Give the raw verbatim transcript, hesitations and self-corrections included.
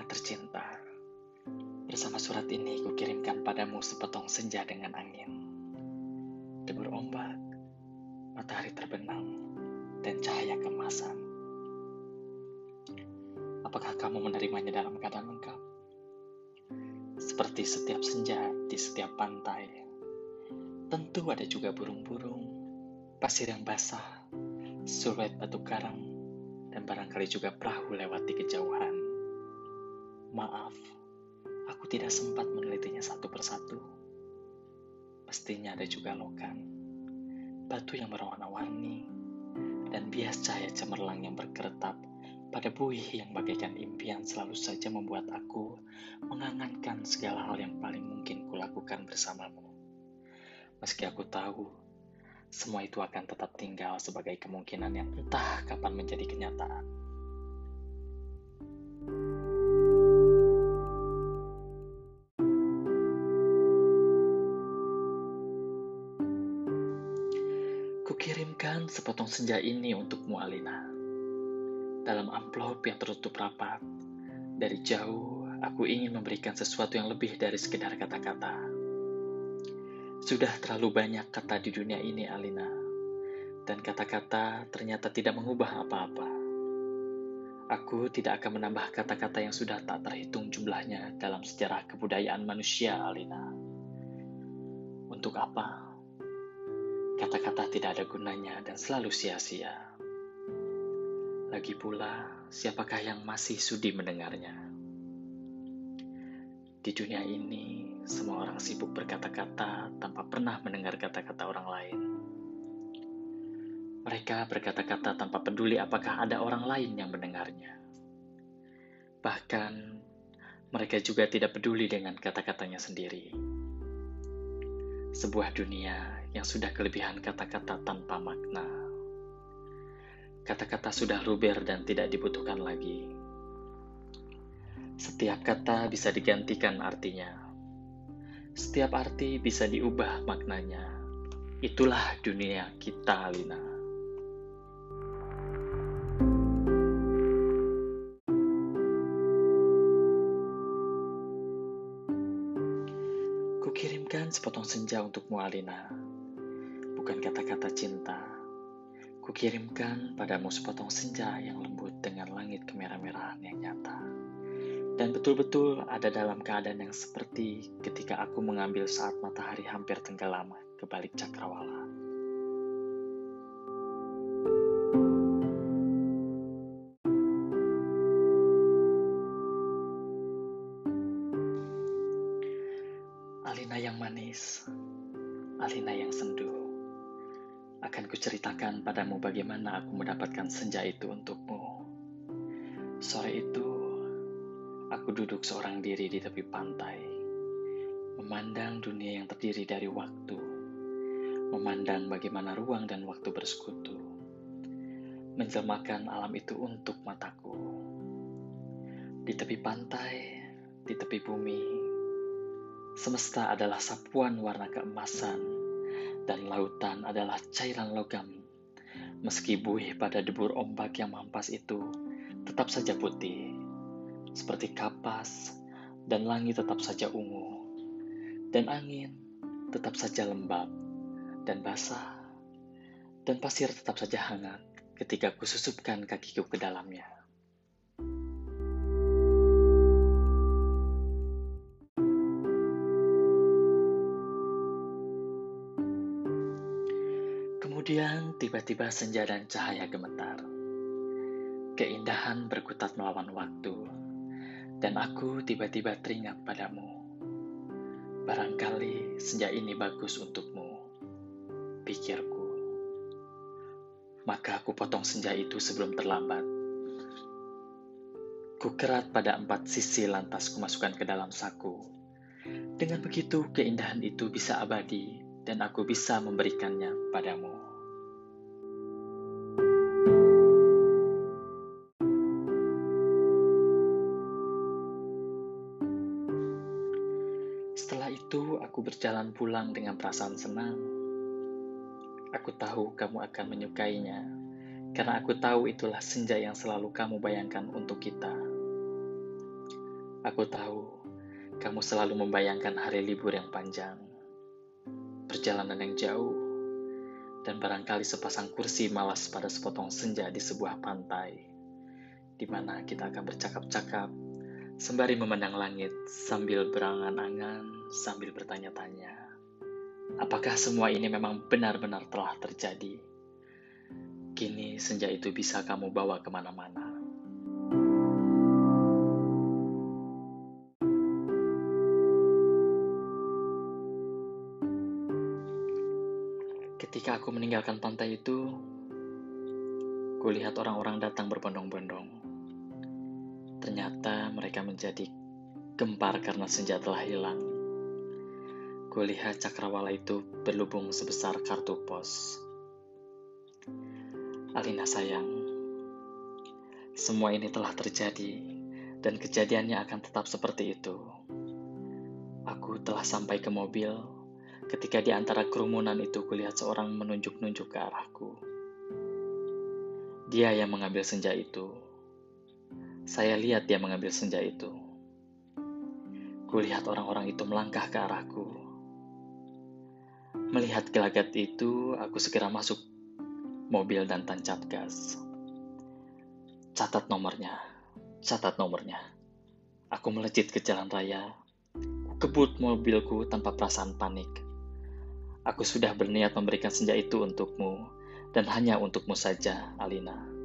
tercinta, bersama surat ini kukirimkan padamu sepotong senja dengan angin, debur ombak, matahari terbenam, dan cahaya kemasan. Apakah kamu menerimanya dalam keadaan lengkap? Seperti setiap senja di setiap pantai, tentu ada juga burung-burung, pasir yang basah, siluet batu karang, dan barangkali juga perahu lewat di kejauhan. Maaf, aku tidak sempat menelitinya satu persatu. Pastinya ada juga lokan, batu yang berwarna-warni, dan bias cahaya cemerlang yang berkeretap pada buih yang bagaikan impian selalu saja membuat aku mengangankan segala hal yang paling mungkin kulakukan bersamamu. Meski aku tahu, semua itu akan tetap tinggal sebagai kemungkinan yang entah kapan menjadi kenyataan. Kukirimkan sepotong senja ini untukmu, Alina. Dalam amplop yang tertutup rapat, dari jauh aku ingin memberikan sesuatu yang lebih dari sekedar kata-kata. Sudah terlalu banyak kata di dunia ini, Alina, dan kata-kata ternyata tidak mengubah apa-apa. Aku tidak akan menambah kata-kata yang sudah tak terhitung jumlahnya dalam sejarah kebudayaan manusia, Alina. Untuk apa? Kata-kata tidak ada gunanya dan selalu sia-sia. Lagi pula, siapakah yang masih sudi mendengarnya? Di dunia ini, semua orang sibuk berkata-kata tanpa pernah mendengar kata-kata orang lain. Mereka berkata-kata tanpa peduli apakah ada orang lain yang mendengarnya. Bahkan, mereka juga tidak peduli dengan kata-katanya sendiri. Sebuah dunia yang sudah kelebihan kata-kata tanpa makna. Kata-kata sudah luber dan tidak dibutuhkan lagi. Setiap kata bisa digantikan artinya. Setiap arti bisa diubah maknanya. Itulah dunia kita, Lina. Kukirimkan sepotong senja untukmu, Alina. Bukan kata-kata cinta. Kukirimkan padamu sepotong senja yang lembut dengan langit kemerah-merahan yang nyata. Dan betul-betul ada dalam keadaan yang seperti ketika aku mengambil saat matahari hampir tenggelam ke balik cakrawala. Alina yang manis, Alina yang sendu. Akan kuceritakan padamu bagaimana aku mendapatkan senja itu untukmu. Sore itu, aku duduk seorang diri di tepi pantai, memandang dunia yang terdiri dari waktu, memandang bagaimana ruang dan waktu bersekutu, menjelmakan alam itu untuk mataku. Di tepi pantai, di tepi bumi, semesta adalah sapuan warna keemasan, dan lautan adalah cairan logam. Meski buih pada debur ombak yang mampas itu tetap saja putih, seperti kapas, dan langit tetap saja ungu, dan angin tetap saja lembab dan basah, dan pasir tetap saja hangat ketika kususupkan kakiku ke dalamnya. Kemudian tiba-tiba senja dan cahaya gemetar. Keindahan berkutat melawan waktu, dan aku tiba-tiba teringat padamu. Barangkali senja ini bagus untukmu, pikirku. Maka aku potong senja itu sebelum terlambat. Kukerat pada empat sisi lantas kumasukkan ke dalam saku. Dengan begitu keindahan itu bisa abadi dan aku bisa memberikannya padamu. Setelah itu, aku berjalan pulang dengan perasaan senang. Aku tahu kamu akan menyukainya, karena aku tahu itulah senja yang selalu kamu bayangkan untuk kita. Aku tahu kamu selalu membayangkan hari libur yang panjang, perjalanan yang jauh, dan barangkali sepasang kursi malas pada sepotong senja di sebuah pantai, di mana kita akan bercakap-cakap sembari memandang langit sambil berangan-angan, sambil bertanya-tanya, apakah semua ini memang benar-benar telah terjadi? Kini senja itu bisa kamu bawa kemana-mana. Ketika aku meninggalkan pantai itu, kulihat orang-orang datang berbondong-bondong. Ternyata mereka menjadi gempar karena senja telah hilang. Kulihat cakrawala itu berlubung sebesar kartu pos. Alina sayang, semua ini telah terjadi dan kejadiannya akan tetap seperti itu. Aku telah sampai ke mobil ketika di antara kerumunan itu kulihat seorang menunjuk-nunjuk ke arahku. Dia yang mengambil senja itu. Saya lihat dia mengambil senja itu. Kulihat orang-orang itu melangkah ke arahku. Melihat gelagat itu, aku segera masuk mobil dan tancap gas. Catat nomornya, catat nomornya. Aku melejit ke jalan raya. Kebut mobilku tanpa perasaan panik. Aku sudah berniat memberikan senja itu untukmu, dan hanya untukmu saja, Alina.